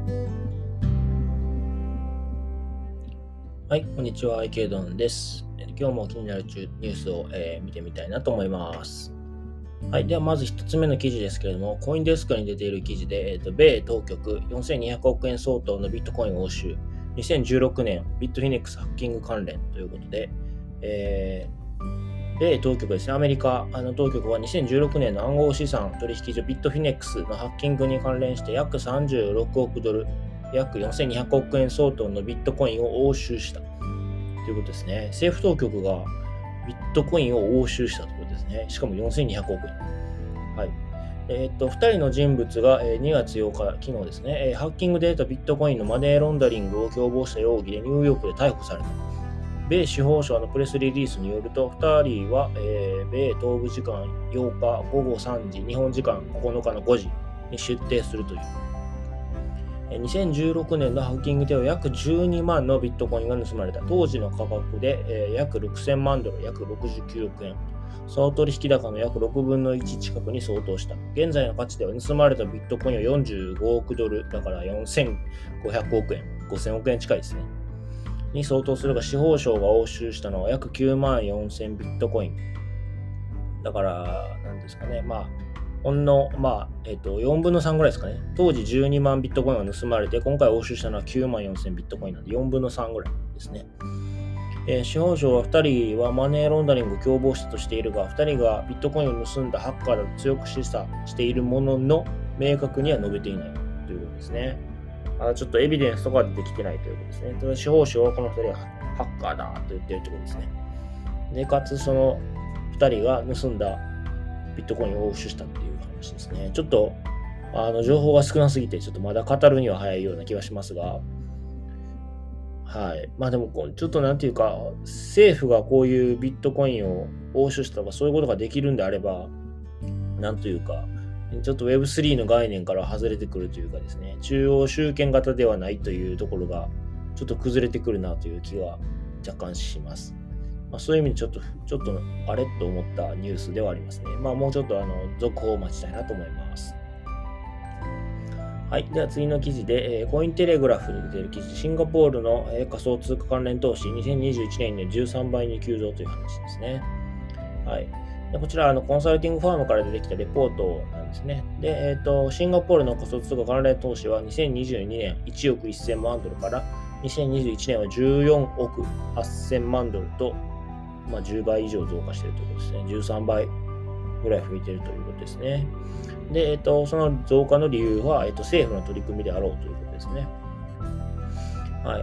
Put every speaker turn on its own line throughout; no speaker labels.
はい、こんにちは、池ドンです。今日も気になるニュースを、見てみたいなと思います。はい、ではまず1つ目の記事ですけれども、コインデスクに出ている記事で、米当局4200億円相当のビットコインを押収、2016年ビットフィネックスハッキング関連ということで、米当局ですね、アメリカ当局は2016年の暗号資産取引所ビットフィネックスのハッキングに関連して約36億ドル、約4200億円相当のビットコインを押収したということですね。政府当局がビットコインを押収したということですね。しかも4200億円。はい。2人の人物が2月8日、昨日ですね、ハッキングで得たビットコインのマネーロンダリングを共謀した容疑でニューヨークで逮捕された。米司法省のプレスリリースによると、2人は、米東部時間8日午後3時、日本時間9日の5時に出廷するという。2016年のハッキングでは約12万のビットコインが盗まれた。当時の価格で、約6000万ドル、約69億円。その取引高の約6分の1近くに相当した。現在の価値では盗まれたビットコインは45億ドル、だから4500億円、5000億円近いですね。に相当するが、司法省が押収したのは約9万4000ビットコイン。だから、何ですかね、ほんの、4分の3ぐらいですかね。当時12万ビットコインが盗まれて、今回押収したのは9万4000ビットコインなんで、4分の3ぐらいですね。司法省は2人はマネーロンダリングを共謀したとしているが、2人がビットコインを盗んだハッカーだと強く示唆しているものの、明確には述べていないということですね。ちょっとエビデンスとか出てきてないということですね。ただ司法省はこの2人はハッカーだと言っているということですね。で、かつその2人が盗んだビットコインを押収したっていう話ですね。ちょっと情報が少なすぎて、ちょっとまだ語るには早いような気がしますが、はい。でも、ちょっとなんていうか、政府がこういうビットコインを押収したとか、そういうことができるんであれば、なんというか、ちょっと Web3 の概念から外れてくるというかですね、中央集権型ではないというところが、ちょっと崩れてくるなという気が若干します。そういう意味でちょっとあれと思ったニュースではありますね。もうちょっと続報を待ちたいなと思います。はい。では次の記事で、コインテレグラフに出ている記事、シンガポールの仮想通貨関連投資、2021年に13倍に急増という話ですね。はい。でこちらコンサルティングファームから出てきたレポートなんですね。で、シンガポールの仮想通貨関連投資は2022年1億1000万ドルから2021年は14億8000万ドルと、10倍以上増加しているということですね。13倍ぐらい増えているということですね。で、その増加の理由は、政府の取り組みであろうということですね。はい。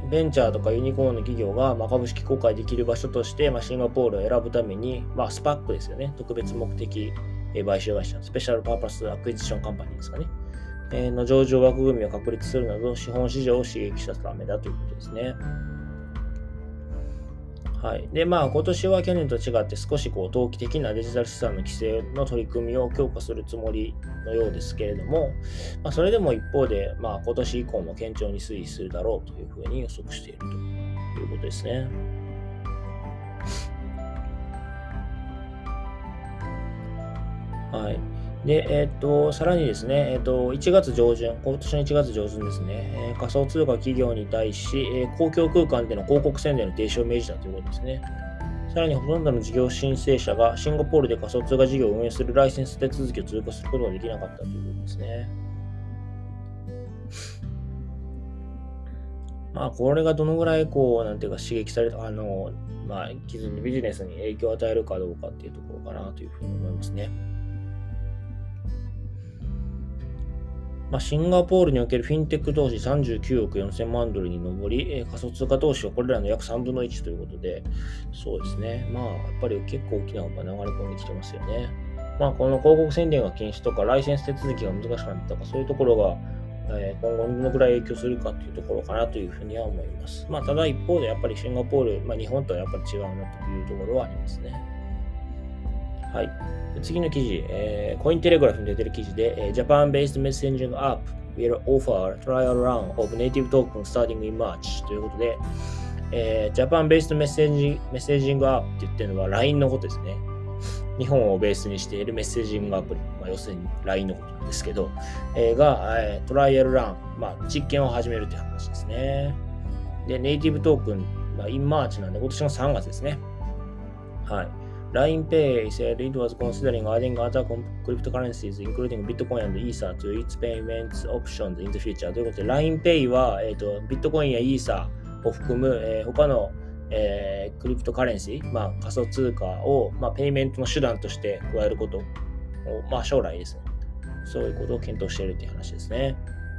ベンチャーとかユニコーンの企業が、株式公開できる場所として、シンガポールを選ぶために、スパックですよね。特別目的買収会社、スペシャルパーパスアクイジションカンパニーですかね。の上場枠組みを確立するなど、資本市場を刺激したためだということですね。はい。で、今年は去年と違って少し投機的なデジタル資産の規制の取り組みを強化するつもりのようですけれども、それでも一方で、今年以降も堅調に推移するだろうというふうに予測しているということですね。はい。で、さらにですね、1月上旬、今年の1月上旬ですね、仮想通貨企業に対し、公共空間での広告宣伝の停止を命じたということですね。さらにほとんどの事業申請者がシンガポールで仮想通貨事業を運営するライセンス手続きを通過することができなかったということですね。これがどのぐらいなんていうか刺激された、既存のビジネスに影響を与えるかどうかっていうところかなというふうに思いますね。シンガポールにおけるフィンテック投資39億4000万ドルに上り、仮想通貨投資はこれらの約3分の1ということで、そうですね。やっぱり結構大きなのが流れ込んできてますよね。この広告宣伝が禁止とか、ライセンス手続きが難しかったとか、そういうところが、今後どのくらい影響するかというところかなというふうには思います。ただ一方でやっぱりシンガポール、日本とはやっぱり違うなというところはありますね。はい。次の記事、コインテレグラフに出ている記事で、Japan-based messaging app will offer trial run of native token starting in March ということで、Japan-based messaging app って言ってるのは LINE のことですね。 日本をベースにしているメッセージングアプリ、要するに LINE のことなんですけど、が、トライアルラン、実験を始めるという話ですね。で、ネイティブトークン、in March なんで今年の3月ですね。はい。LINEPay said it was considering adding other cryptocurrencies, including Bitcoin and Ether, to its payments options in the future. ということで、LINEPay は、ビットコインやイーサーを含む、他の、クリプトカレンシー、仮想通貨を、ペイメントの手段として加えることを、将来ですね。そういうことを検討しているという話ですね。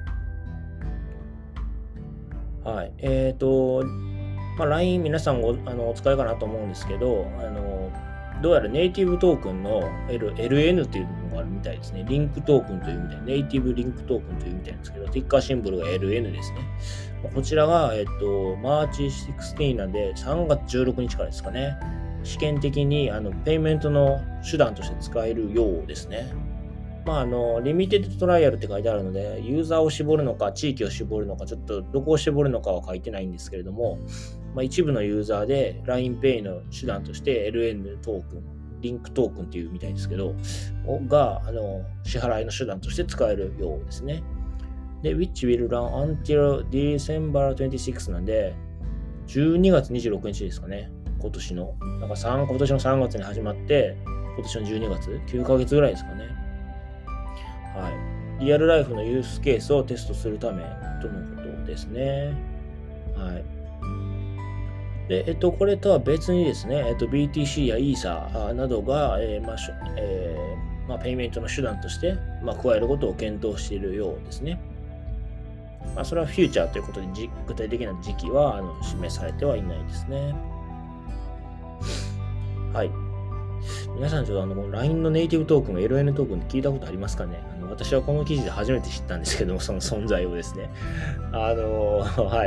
はい。LINE 皆さんお使いかなと思うんですけど、どうやらネイティブトークンの LN というのがあるみたいですね。リンクトークンというみたい。ネイティブリンクトークンというみたいなんですけど、ティッカーシンボルが LN ですね。こちらが、マーチ16なんで3月16日からですかね。試験的にペイメントの手段として使えるようですね。リミテッドトライアルって書いてあるので、ユーザーを絞るのか、地域を絞るのか、ちょっとどこを絞るのかは書いてないんですけれども、一部のユーザーで LINEPay の手段として LN トークン、リンクトークンっていうみたいですけど、が支払いの手段として使えるようですね。で、which will run until December 26なんで、12月26日ですかね、今年の。今年の3月に始まって、今年の12月、9ヶ月ぐらいですかね。はい。リアルライフのユースケースをテストするためとのことですね。はい。で、これとは別にですね、BTC やイーサーなどが、ペイメントの手段として、加えることを検討しているようですね。それはフューチャーということで、具体的な時期は示されてはいないですね。はい。皆さんちょっとLINE のネイティブトークン、LN トークンって聞いたことありますかね？私はこの記事で初めて知ったんですけども、その存在をですね。はい。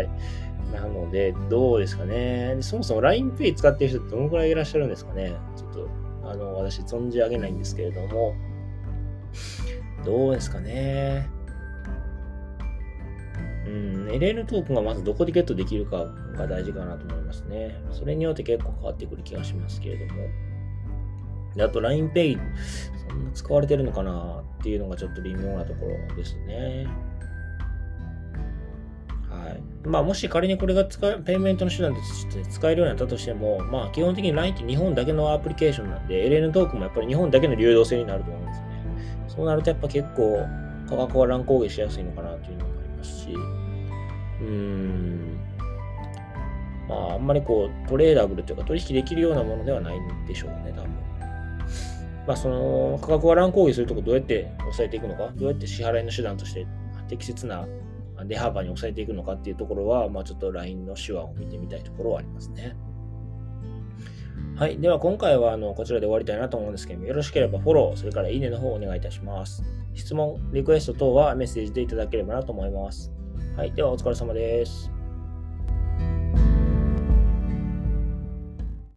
なので、どうですかね。そもそも LINEPay 使ってる人ってどのくらいいらっしゃるんですかね。ちょっと、私存じ上げないんですけれども、どうですかね。LN トークンがまずどこでゲットできるかが大事かなと思いますね。それによって結構変わってくる気がしますけれども。で、あと LINEPay、そんな使われてるのかなっていうのがちょっと微妙なところですね。はい。もし仮にこれがペイメントの手段として使えるようになったとしても、基本的に LINE って日本だけのアプリケーションなんで、LN トークンもやっぱり日本だけの流動性になると思うんですよね。そうなるとやっぱ結構価格は乱高下しやすいのかなというのもありますし、あんまりトレーダブルというか取引できるようなものではないんでしょうね、多分。その価格が乱高下するとこどうやって抑えていくのか、どうやって支払いの手段として適切な値幅に抑えていくのかっていうところは、ちょっと LINE の手腕を見てみたいところはありますね。はい。では今回はこちらで終わりたいなと思うんですけども、よろしければフォロー、それからいいねの方をお願いいたします。質問、リクエスト等はメッセージでいただければなと思います。はい。ではお疲れ様です。